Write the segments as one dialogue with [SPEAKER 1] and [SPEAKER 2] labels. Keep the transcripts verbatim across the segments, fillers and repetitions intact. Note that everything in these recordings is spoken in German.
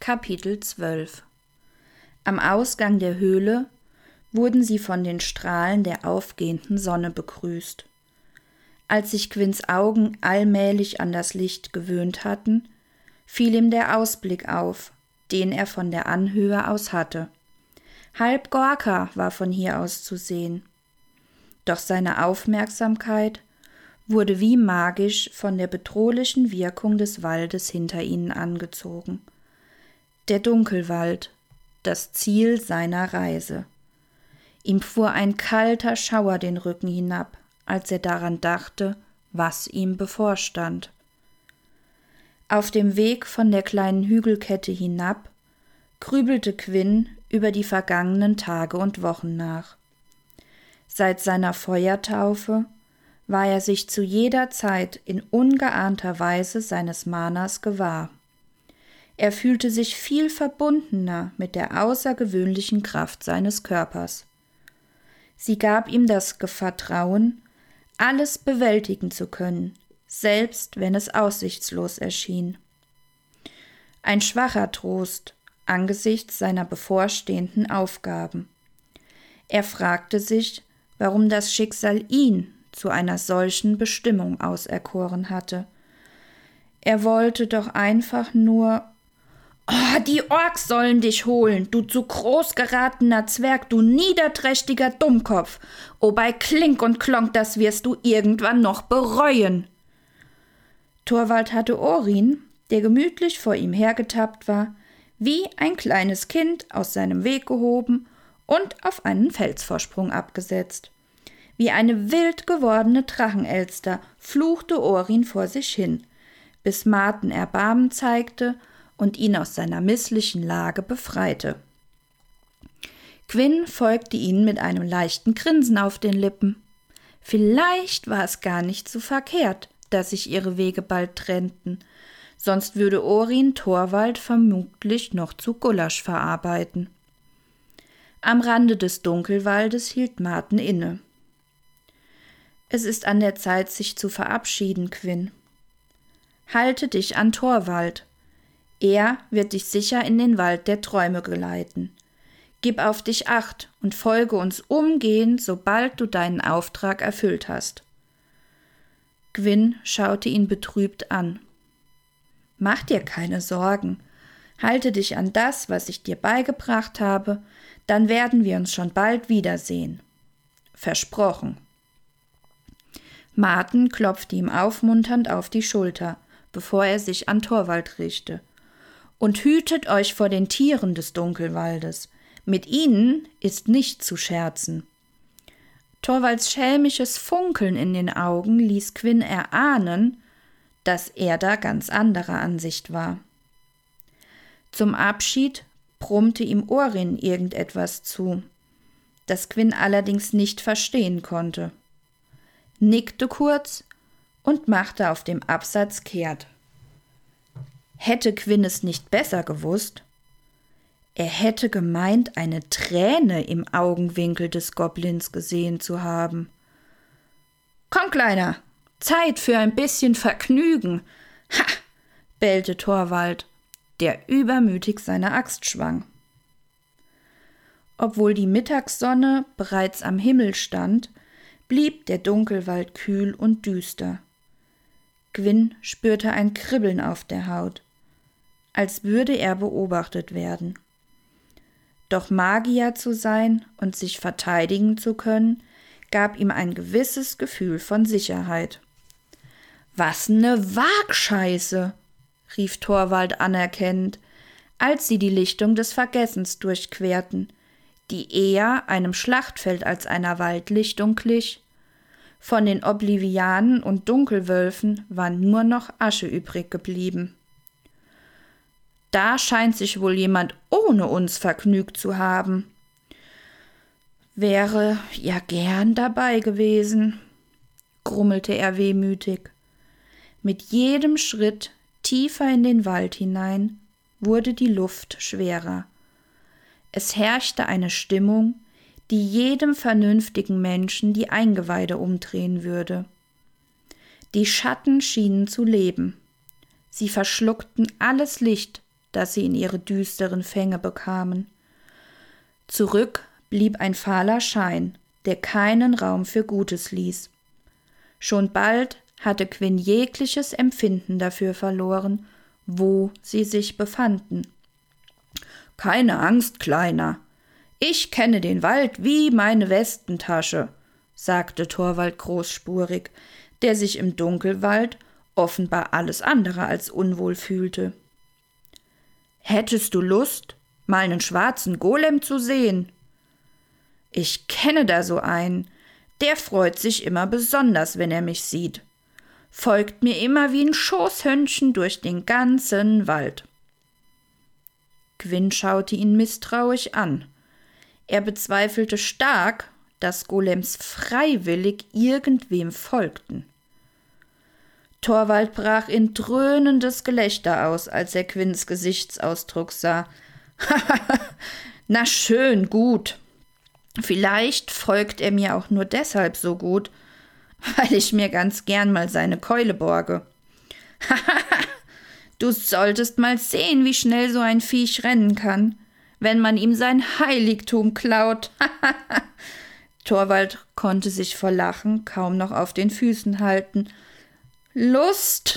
[SPEAKER 1] Kapitel zwölf. Am Ausgang der Höhle wurden sie von den Strahlen der aufgehenden Sonne begrüßt. Als sich Quinns Augen allmählich an das Licht gewöhnt hatten, fiel ihm der Ausblick auf, den er von der Anhöhe aus hatte. Halb Gorka war von hier aus zu sehen. Doch seine Aufmerksamkeit wurde wie magisch von der bedrohlichen Wirkung des Waldes hinter ihnen angezogen. Der Dunkelwald, das Ziel seiner Reise. Ihm fuhr ein kalter Schauer den Rücken hinab, als er daran dachte, was ihm bevorstand. Auf dem Weg von der kleinen Hügelkette hinab grübelte Quinn über die vergangenen Tage und Wochen nach. Seit seiner Feuertaufe war er sich zu jeder Zeit in ungeahnter Weise seines Manas gewahr. Er fühlte sich viel verbundener mit der außergewöhnlichen Kraft seines Körpers. Sie gab ihm das Vertrauen, alles bewältigen zu können, selbst wenn es aussichtslos erschien. Ein schwacher Trost angesichts seiner bevorstehenden Aufgaben. Er fragte sich, warum das Schicksal ihn zu einer solchen Bestimmung auserkoren hatte. Er wollte doch einfach nur »Oh, die Orks sollen dich holen, du zu groß geratener Zwerg, du niederträchtiger Dummkopf! Oh, bei Klink und Klonk, das wirst du irgendwann noch bereuen!« Torvald hatte Orin, der gemütlich vor ihm hergetappt war, wie ein kleines Kind aus seinem Weg gehoben und auf einen Felsvorsprung abgesetzt. Wie eine wild gewordene Drachenelster fluchte Orin vor sich hin, bis Marten Erbarmen zeigte und ihn aus seiner misslichen Lage befreite. Quinn folgte ihnen mit einem leichten Grinsen auf den Lippen. Vielleicht war es gar nicht so verkehrt, dass sich ihre Wege bald trennten, sonst würde Orin Torvald vermutlich noch zu Gulasch verarbeiten. Am Rande des Dunkelwaldes hielt Marten inne. »Es ist an der Zeit, sich zu verabschieden, Quinn. Halte dich an Torvald. Er wird dich sicher in den Wald der Träume geleiten. Gib auf dich Acht und folge uns umgehend, sobald du deinen Auftrag erfüllt hast.« Quinn schaute ihn betrübt an. »Mach dir keine Sorgen. Halte dich an das, was ich dir beigebracht habe, dann werden wir uns schon bald wiedersehen. Versprochen.« Marten klopfte ihm aufmunternd auf die Schulter, bevor er sich an Torvald richtete. »Und hütet euch vor den Tieren des Dunkelwaldes. Mit ihnen ist nicht zu scherzen.« Torvalds schelmisches Funkeln in den Augen ließ Quinn erahnen, dass er da ganz anderer Ansicht war. Zum Abschied brummte ihm Orin irgendetwas zu, das Quinn allerdings nicht verstehen konnte, nickte kurz und machte auf dem Absatz kehrt. Hätte Quinn es nicht besser gewusst? Er hätte gemeint, eine Träne im Augenwinkel des Goblins gesehen zu haben. »Komm, Kleiner, Zeit für ein bisschen Vergnügen!« »Ha!« bellte Torvald, der übermütig seine Axt schwang. Obwohl die Mittagssonne bereits am Himmel stand, blieb der Dunkelwald kühl und düster. Quinn spürte ein Kribbeln auf der Haut, als würde er beobachtet werden. Doch Magier zu sein und sich verteidigen zu können, gab ihm ein gewisses Gefühl von Sicherheit. »Was ne Wagscheiße«, rief Torvald anerkennend, als sie die Lichtung des Vergessens durchquerten, die eher einem Schlachtfeld als einer Waldlichtung glich. Von den Oblivianen und Dunkelwölfen war nur noch Asche übrig geblieben. »Da scheint sich wohl jemand ohne uns vergnügt zu haben. Wäre ja gern dabei gewesen«, grummelte er wehmütig. Mit jedem Schritt tiefer in den Wald hinein wurde die Luft schwerer. Es herrschte eine Stimmung, die jedem vernünftigen Menschen die Eingeweide umdrehen würde. Die Schatten schienen zu leben. Sie verschluckten alles Licht das sie in ihre düsteren Fänge bekamen. Zurück blieb ein fahler Schein, der keinen Raum für Gutes ließ. Schon bald hatte Quinn jegliches Empfinden dafür verloren, wo sie sich befanden. »Keine Angst, Kleiner. Ich kenne den Wald wie meine Westentasche«, sagte Torvald großspurig, der sich im Dunkelwald offenbar alles andere als unwohl fühlte. »Hättest du Lust, mal einen schwarzen Golem zu sehen?« »Ich kenne da so einen. Der freut sich immer besonders, wenn er mich sieht. Folgt mir immer wie ein Schoßhündchen durch den ganzen Wald.« Quinn schaute ihn misstrauisch an. Er bezweifelte stark, dass Golems freiwillig irgendwem folgten. Torvald brach in dröhnendes Gelächter aus, als er Quinns Gesichtsausdruck sah. »Na schön, gut. Vielleicht folgt er mir auch nur deshalb so gut, weil ich mir ganz gern mal seine Keule borge. Du solltest mal sehen, wie schnell so ein Viech rennen kann, wenn man ihm sein Heiligtum klaut.« Torvald konnte sich vor Lachen kaum noch auf den Füßen halten. »Lust,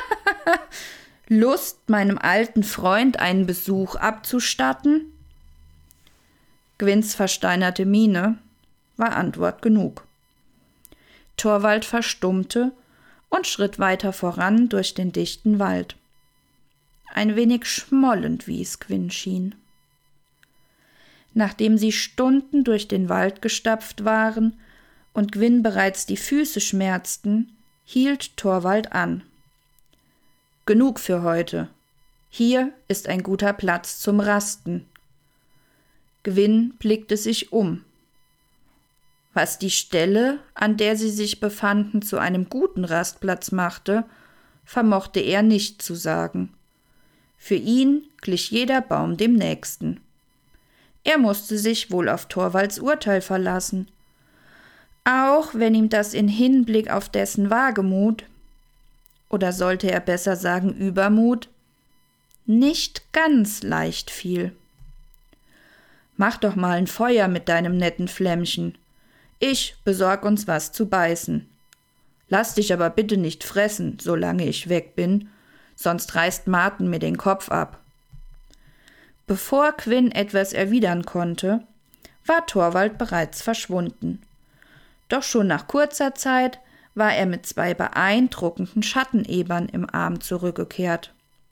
[SPEAKER 1] Lust, meinem alten Freund einen Besuch abzustatten?« Quinns versteinerte Miene war Antwort genug. Torvald verstummte und schritt weiter voran durch den dichten Wald. Ein wenig schmollend, wie es Quinn schien. Nachdem sie Stunden durch den Wald gestapft waren und Quinn bereits die Füße schmerzten, hielt Torvald an. »Genug für heute. Hier ist ein guter Platz zum Rasten.« Quinn blickte sich um. Was die Stelle, an der sie sich befanden, zu einem guten Rastplatz machte, vermochte er nicht zu sagen. Für ihn glich jeder Baum dem nächsten. Er musste sich wohl auf Torvalds Urteil verlassen, auch wenn ihm das in Hinblick auf dessen Wagemut, oder sollte er besser sagen Übermut, nicht ganz leicht fiel. »Mach doch mal ein Feuer mit deinem netten Flämmchen. Ich besorg uns was zu beißen. Lass dich aber bitte nicht fressen, solange ich weg bin, sonst reißt Marten mir den Kopf ab.« Bevor Quinn etwas erwidern konnte, war Torvald bereits verschwunden. Doch schon nach kurzer Zeit war er mit zwei beeindruckenden Schattenebern im Arm zurückgekehrt.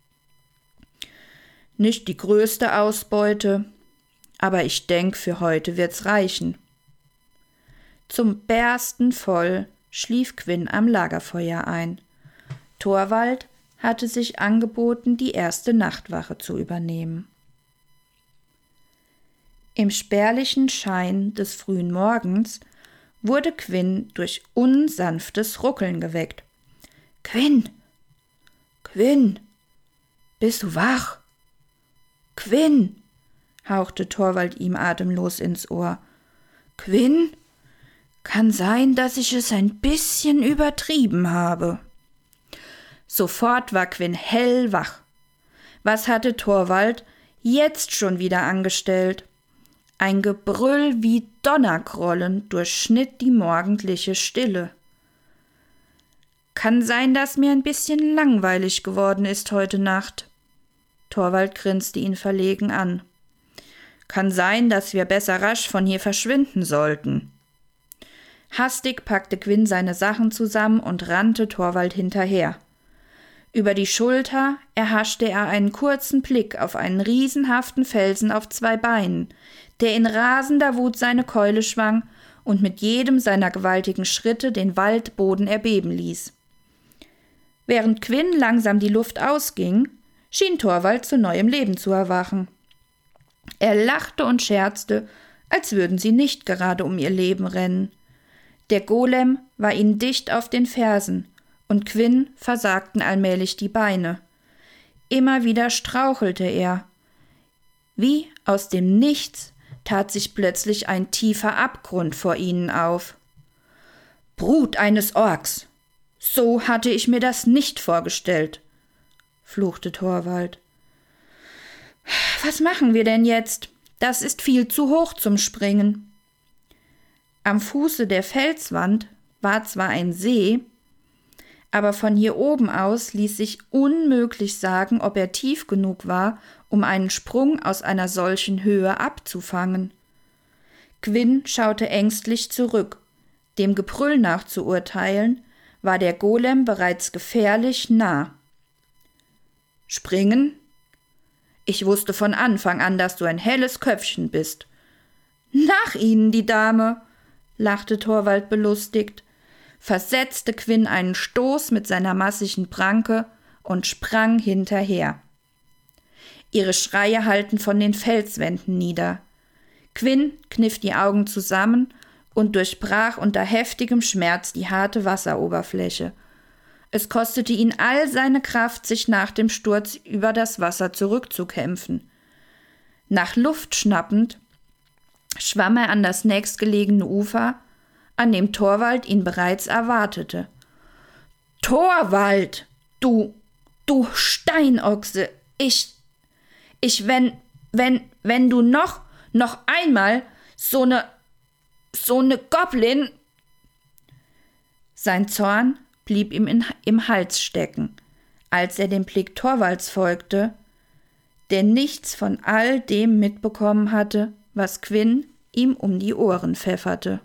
[SPEAKER 1] Nicht die größte Ausbeute, aber ich denk, für heute wird's reichen. Zum Bersten voll schlief Quinn am Lagerfeuer ein. Torvald hatte sich angeboten, die erste Nachtwache zu übernehmen. Im spärlichen Schein des frühen Morgens wurde Quinn durch unsanftes Ruckeln geweckt. »Quinn! Quinn! Bist du wach? Quinn!« hauchte Torvald ihm atemlos ins Ohr. »Quinn? Kann sein, dass ich es ein bisschen übertrieben habe.« Sofort war Quinn hellwach. Was hatte Torvald jetzt schon wieder angestellt? Ein Gebrüll wie Donnergrollen durchschnitt die morgendliche Stille. »Kann sein, dass mir ein bisschen langweilig geworden ist heute Nacht.« Torvald grinste ihn verlegen an. »Kann sein, dass wir besser rasch von hier verschwinden sollten.« Hastig packte Quinn seine Sachen zusammen und rannte Torvald hinterher. Über die Schulter erhaschte er einen kurzen Blick auf einen riesenhaften Felsen auf zwei Beinen, der in rasender Wut seine Keule schwang und mit jedem seiner gewaltigen Schritte den Waldboden erbeben ließ. Während Quinn langsam die Luft ausging, schien Torvald zu neuem Leben zu erwachen. Er lachte und scherzte, als würden sie nicht gerade um ihr Leben rennen. Der Golem war ihnen dicht auf den Fersen, und Quinn versagten allmählich die Beine. Immer wieder strauchelte er. Wie aus dem Nichts tat sich plötzlich ein tiefer Abgrund vor ihnen auf. »Brut eines Orks! So hatte ich mir das nicht vorgestellt«, fluchte Torvald. Was machen wir denn jetzt? Das ist viel zu hoch zum Springen. Am Fuße der Felswand war zwar ein See, aber von hier oben aus ließ sich unmöglich sagen, ob er tief genug war, um einen Sprung aus einer solchen Höhe abzufangen. Quinn schaute ängstlich zurück. Dem Gebrüll nach zu urteilen, war der Golem bereits gefährlich nah. Springen? Ich wusste von Anfang an, dass du ein helles Köpfchen bist. Nach Ihnen, die Dame, lachte Torvald belustigt, versetzte Quinn einen Stoß mit seiner massigen Pranke und sprang hinterher. Ihre Schreie hallten von den Felswänden nieder. Quinn kniff die Augen zusammen und durchbrach unter heftigem Schmerz die harte Wasseroberfläche. Es kostete ihn all seine Kraft, sich nach dem Sturz über das Wasser zurückzukämpfen. Nach Luft schnappend schwamm er an das nächstgelegene Ufer, an dem Torvald ihn bereits erwartete. »Torvald, du, du Steinochse, ich, ich, wenn, wenn, wenn du noch, noch einmal so ne, so ne Goblin...« Sein Zorn blieb ihm in, im Hals stecken, als er dem Blick Torvalds folgte, der nichts von all dem mitbekommen hatte, was Quinn ihm um die Ohren pfefferte.